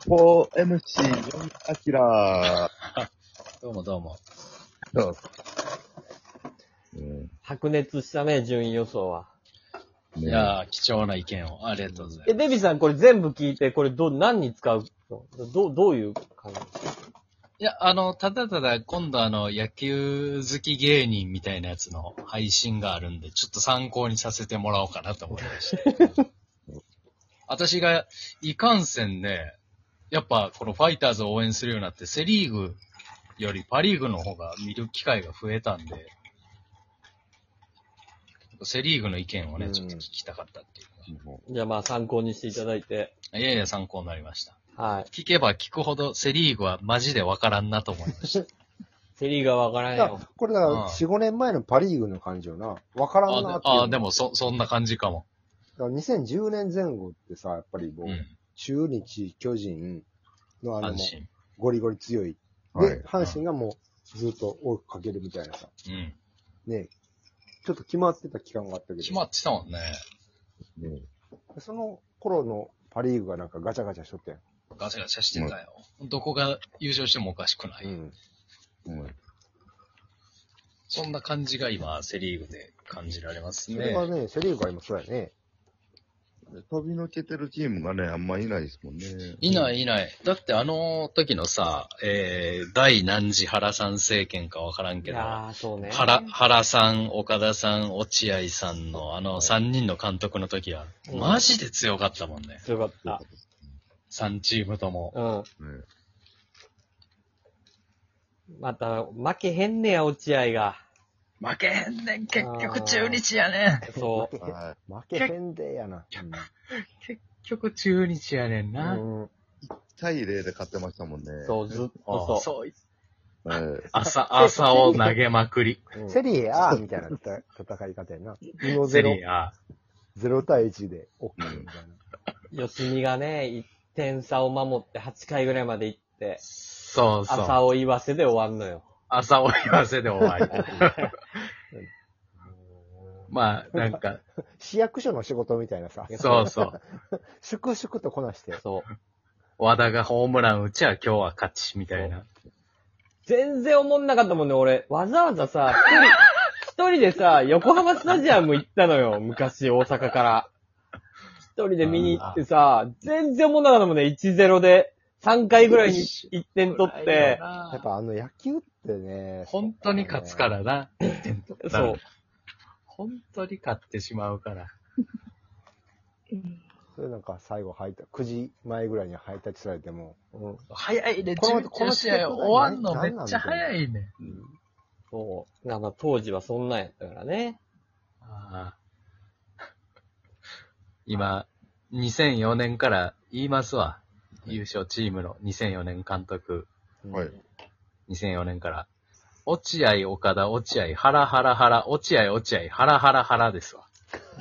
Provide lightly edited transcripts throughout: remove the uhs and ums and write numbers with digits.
4MC4 アキラどうもどうも。 ー。 白熱したね、順位予想は。 いやー、貴重な意見をありがとうございます。 デビさんこれ全部聞いて、これ何に使うの？どういう感じ？ いや、ただただ今度野球好き芸人みたいなやつの配信があるんで、ちょっと参考にさせてもらおうかなと思いました。私がいかんせんね、やっぱこのファイターズを応援するようになってセリーグよりパリーグの方が見る機会が増えたんで、セリーグの意見をね、ちょっと聞きたかったっていうのじゃあまあ参考にしていただいて。 が。いやいや、参考になりました。 はい。 聞けば聞くほどセリーグはマジでわからんなと思いました。 セリーがわからんよ。 これだから4、5年前のパリーグの感じよな。わからんなっていう。 でもそんな感じかも。 だから2010年前後ってさ、やっぱりもう、 うん。 中日、巨人の阪神。 ゴリゴリ強い。 はいで、阪神がもうずっと追いかけるみたいなさ。 うん。 ね、ちょっと決まってた期間があったけど。 決まってたもんね。 その頃のパリーグがなんかガチャガチャしとったやん。 ガチャガチャしてたよ。どこが優勝してもおかしくない。そんな感じが今、セリーグで感じられますそれはね。 ね、セリーグは今そうやね。 飛び抜けてるチームがね、あんまいないですもんね。 いないいない。だって時のさ、第何次原さん政権かわからんいけど、 やー、そうね。 原さん、岡田さん、落合さんの3人の監督の時は、 うんマジで強かったもんね。 強かった。 3チームとも。 うん。また、負けへんねや、落合が。 負けへんねん、結局中日やねん。 そう。 は負けへんでやな。 結局中日やねんな。 うん。 1対0で勝ってましたもんね。 そう、ずっとそう。 そう。 はい。 朝を投げまくり。 セリエ A みたいな戦い方やな。2-0。 セリア。 0対1で OK みたいな。 吉見がね、1点差を守って8回ぐらいまで行って、 そうそう。 朝を言わせで終わんのよ。 朝を言わせで終わり。まあ、なんか、 市役所の仕事みたいなさ。 そうそう。 粛々とこなして。 そう。 和田がホームラン打ちゃ今日は勝ち、みたいな。 全然思んなかったもんね、俺。わざわざさ、一人でさ、横浜スタジアム行ったのよ、昔、大阪から。一人で見に行ってさ、全然思んなかったもんね、1-0で。3回ぐらいに1点取って。 やっぱ野球ってね。 本当に勝つからな。 そう。 本当に勝ってしまうから。 それなんか最後9時前ぐらいにハイタッチされても。 早いね、 この試合終わんのめっちゃ早いね。 そう。なんか当時はそんなんやったからね。 ああ今、2004年から言いますわ。優勝チームの2004年監督。 はい。 2004年から。落合、岡田、落合、原、原、原、落合、落合、原、原、原ですわ。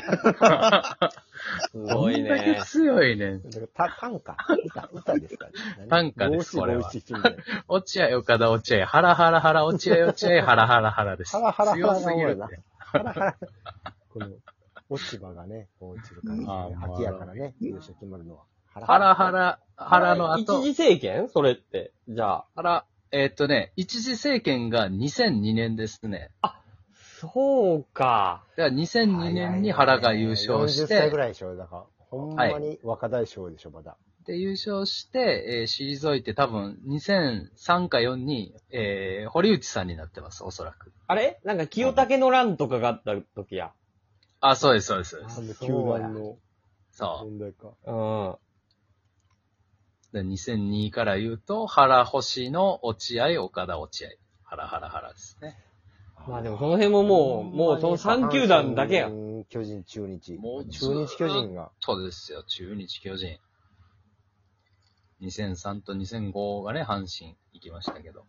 すごいどんだけね。 強いね。 短歌歌ですかね。 短歌ですこれは五七五七みたいな落合、岡田、落合、原、原、原、落合、落合、原、原、原です。 原原原強すぎるって。 この落ち葉がね、こう落ちる感じで、 あー秋やからね、優勝決まるのは。 原、原、原の後一、時政権それって。じゃあ。 原、一次政権が2002年ですね。 そうか。 だから2002年に原が優勝し 40歳ぐて、 らいでしょ、だから。ほんまに若大将でしょ、まだ。 で、優勝して、退いて多分2003か4に、堀内さんになってます、おそらく。 あれなんか清武の乱とかがあった時や。 あ、そうです、そうです。そうです球団のそ問題か。 うん。 う。で2002から言うと、原、星野、落合、岡田、落合。原、原、原ですね。 まあでもその辺ももうその3球団だけや。 巨人、中日。 もう中日巨人が。 そうですよ、中日巨人。2003と2005がね、阪神行きましたけど。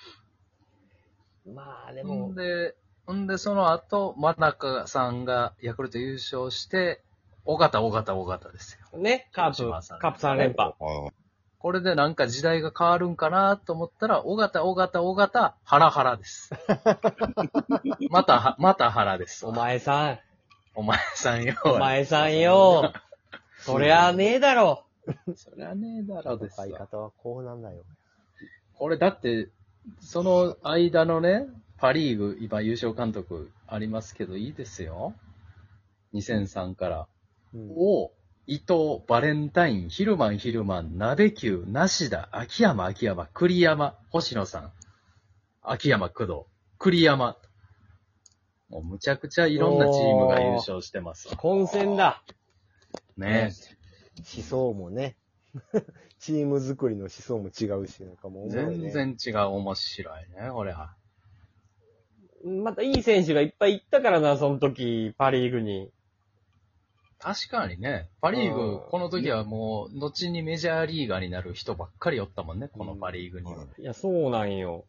まあでほもんで、その後、真中さんがヤクルト優勝して、尾形ですよ。 ね、カープ3連覇。 これでなんか時代が変わるんかなと思ったら、尾形、原原です。また原です。 お前さん。 お前さんよ。 お前さんよ。そりゃねえだろ。 そりゃねえだろです戦いわ。 方はこうなんだよ。 これだって、その間のね、パリーグ、今優勝監督ありますけど、いいですよ。2003から。 うん。 を、伊藤、バレンタイン、ヒルマン、鍋球、梨田、秋山、栗山、星野さん、秋山、工藤、栗山。もうむちゃくちゃいろんなチームが優勝してますわ。 混戦だ。 ね思想もね、チーム作りの思想も違うし、なんかもうおもろいね。 全然違う面白いね、これは。 またいい選手がいっぱい行ったからな、その時、パリーグに。 確かにね、パリーグ、 うんこの時はもう、後にメジャーリーガーになる人ばっかりおったもんね、このパリーグには。 いや、そうなんよ。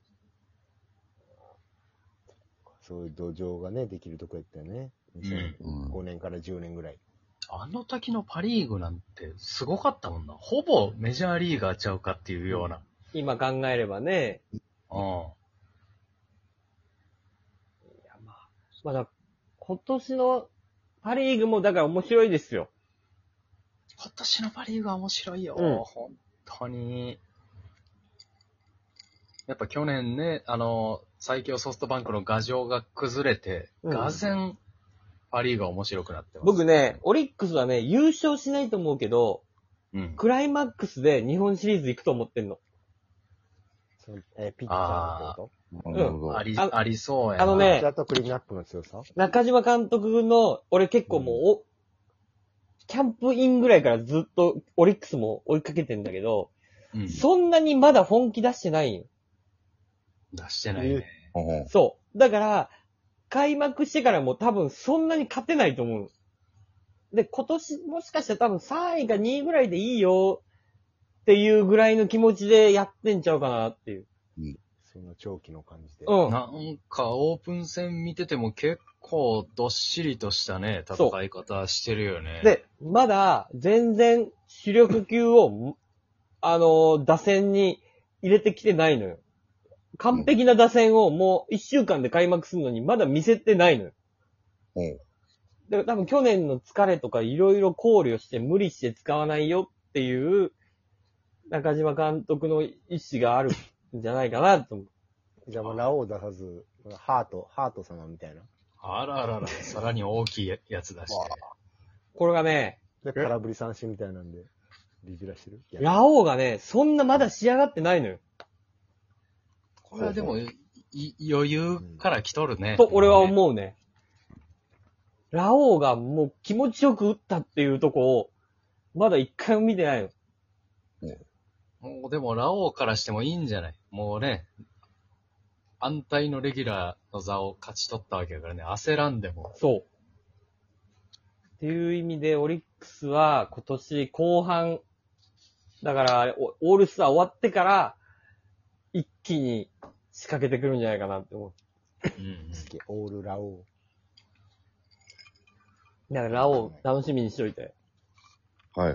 そういう土壌がね、できるとこやったよね。2005年から10年ぐらい。 あの時のパリーグなんてすごかったもんな。ほぼメジャーリーガーちゃうかっていうような。 今考えればね。 うん。 まだ、今年のパリーグもだから面白いですよ。 今年のパリーグは面白いよ。 うん本当に。やっぱ去年ね、最強ソフトバンクの牙城が崩れて、 うんがぜんパリーグが面白くなってます。 僕ね、オリックスはね、優勝しないと思うけど、 うん。 クライマックスで日本シリーズ行くと思ってんの。 そのピッチャーのこなるほど。 ありそうやな。 あのねとピッチャーとクリーンナップの強さ中島監督の、俺結構もう、キャンプインぐらいからずっとオリックスも追いかけてんだけど、 うん。 そんなにまだ本気出してないんよ。 出してないね。 うんそう。だから、開幕してからも多分そんなに勝てないと思う。で、今年もしかしたら多分3位か2位ぐらいでいいよっていうぐらいの気持ちでやってんちゃうかなっていう。 その長期の感じで。 うん。 なんかオープン戦見てても結構どっしりとしたね、戦い方してるよね。 で、まだ全然主力級を、打線に入れてきてないのよ。完璧な打線をもう1週間で開幕するのにまだ見せてないのよ。 うんで、多分去年の疲れとかいろいろ考慮して無理して使わないよっていう中島監督の意思があるんじゃないかなと思う。 じゃあもうラオウ出さず、ハート様みたいな。 あららら、さらに大きいやつ出して。 これがね、 で、空振り三振みたいなんで、ビビらしてる。 ラオウがね、そんなまだ仕上がってないのよ。 これはでも、余裕から来とるね。 と俺は思うね。ラオウがもう気持ちよく打ったっていうとこを、まだ一回も見てないの。 もうでも、ラオウからしてもいいんじゃない？もうね、安泰のレギュラーの座を勝ち取ったわけだからね、焦らんでも。 そう。っていう意味で、オリックスは今年後半、だから、オールスター終わってから、一気に仕掛けてくるんじゃないかなって思う。 オールラオだから、ラオウ楽しみにしといて。 はい。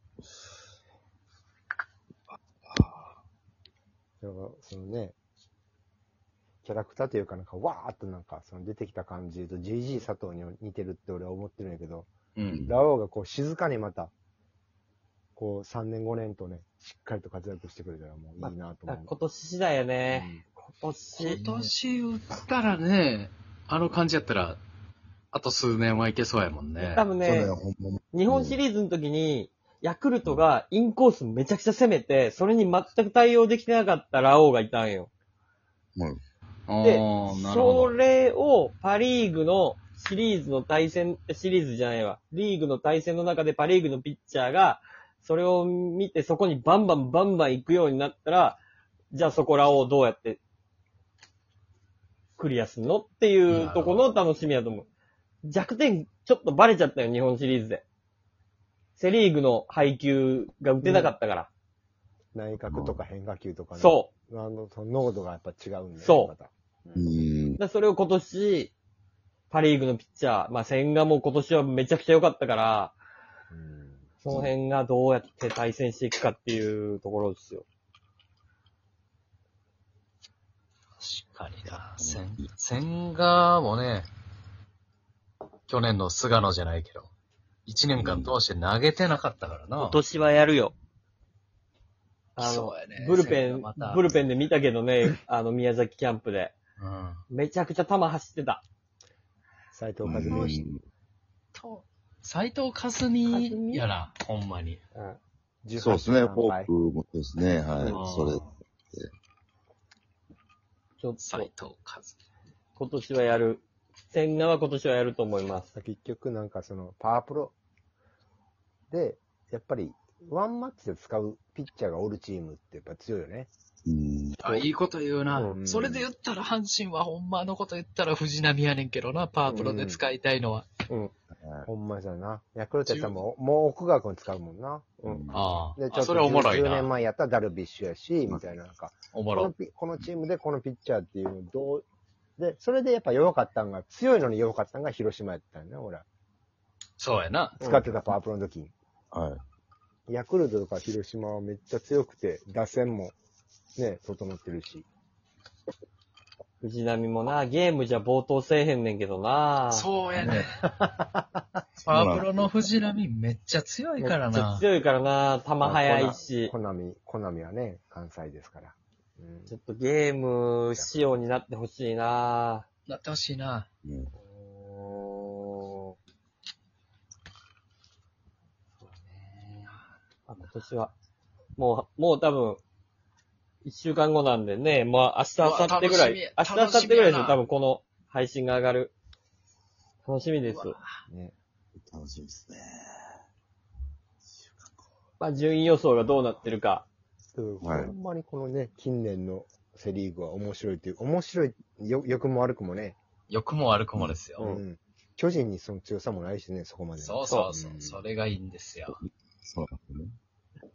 ウ。そのね、キャラクターというかなんか、わーっとなんか、その出てきた感じで言うと、JG 佐藤に似てるって俺は思ってるんやけど、 うん。 ラオウがこう静かにまた、こう3年5年とね、しっかりと活躍してくれたらもういいなと思う。 今年次第やね。今年。 今年打ったらね、あの感じやったら、あと数年はいけそうやもんね。 多分ねそうだよ、、ほんまに。 日本シリーズの時に、ヤクルトがインコースめちゃくちゃ攻めて、それに全く対応できてなかったラオウがいたんよ。 うん。 であーなるほど。 それをパリーグのシリーズじゃないわ。リーグの対戦の中でパリーグのピッチャーが、それを見てそこにバンバン行くようになったら、じゃあそこらをどうやってクリアすんのっていうところの楽しみだと思う。弱点ちょっとバレちゃったよ、日本シリーズで。セリーグの配球が打てなかったから。 内角とか変化球とかね。 そその濃度がやっぱ違うんで、ね。 そうまた。 うん。 それを今年、パリーグのピッチャー、千賀も今年はめちゃくちゃ良かったから、 うんその辺がどうやって対戦していくかっていうところですよ。 確かにな。千賀もね、去年の菅野じゃないけど、1年間通して投げてなかったからな。 今年はやるよ。 そうやね。 ブルペンまた、 ブルペンで見たけどね、宮崎キャンプで。 うん。 めちゃくちゃ球走ってた。 斎藤和美。 斎藤和美やな、ほんまに。 うん。 そうですね、フ 18 ォークもそうですね、はい。 うんそれ。 ちょっ斎と、 藤和美。 今年はやる。千賀は今年はやると思います。 結局なんかパワープロで、やっぱり、ワンマッチで使うピッチャーがおるチームってやっぱ強いよね。 あ、いいこと言うな。 うんそれで言ったら阪神はほんまのこと言ったら藤波やねんけどな、パワープロで使いたいのは。 うん。 ほんまじゃな。ヤクルトやったらもう奥川君使うもんな。 うん。 あで、 あ。それおもろい 10 な。 年前やったらダルビッシュやし、みたいな、なんか、 おもろ。 このチームでこのピッチャーっていうので、それでやっぱ弱かったんが、強いのに弱かったんが広島やったんだよね、俺は。 そうやな。 使ってたパワープロの時に。 はい。 ヤクルトとか広島はめっちゃ強くて、打線もね、整ってるし。 藤波もな、ゲームじゃ冒頭せえへんねんけどな。 そうやね。パワープロの藤波めっちゃ強いからめっちゃな。 強いからな、球速いし。 コナミはね、関西ですから。うんちょっとゲーム仕様になってほしいな。 なってほしいな。 今年は。もう多分、一週間後なんでね、まあ明日、明後日ぐらい。明日、明後日ぐらいですよ、多分この配信が上がる。楽しみです。 ね。 楽しみですね。 まあ順位予想がどうなってるか。 はいほんまにこのね、近年のセリーグは面白いという、面白い、良くも悪くもね。 良くも悪くもですよ。 うん。巨人にその強さもないしね、そこまで。 そうそうそう。それがいいんですよ。 そうなんですね。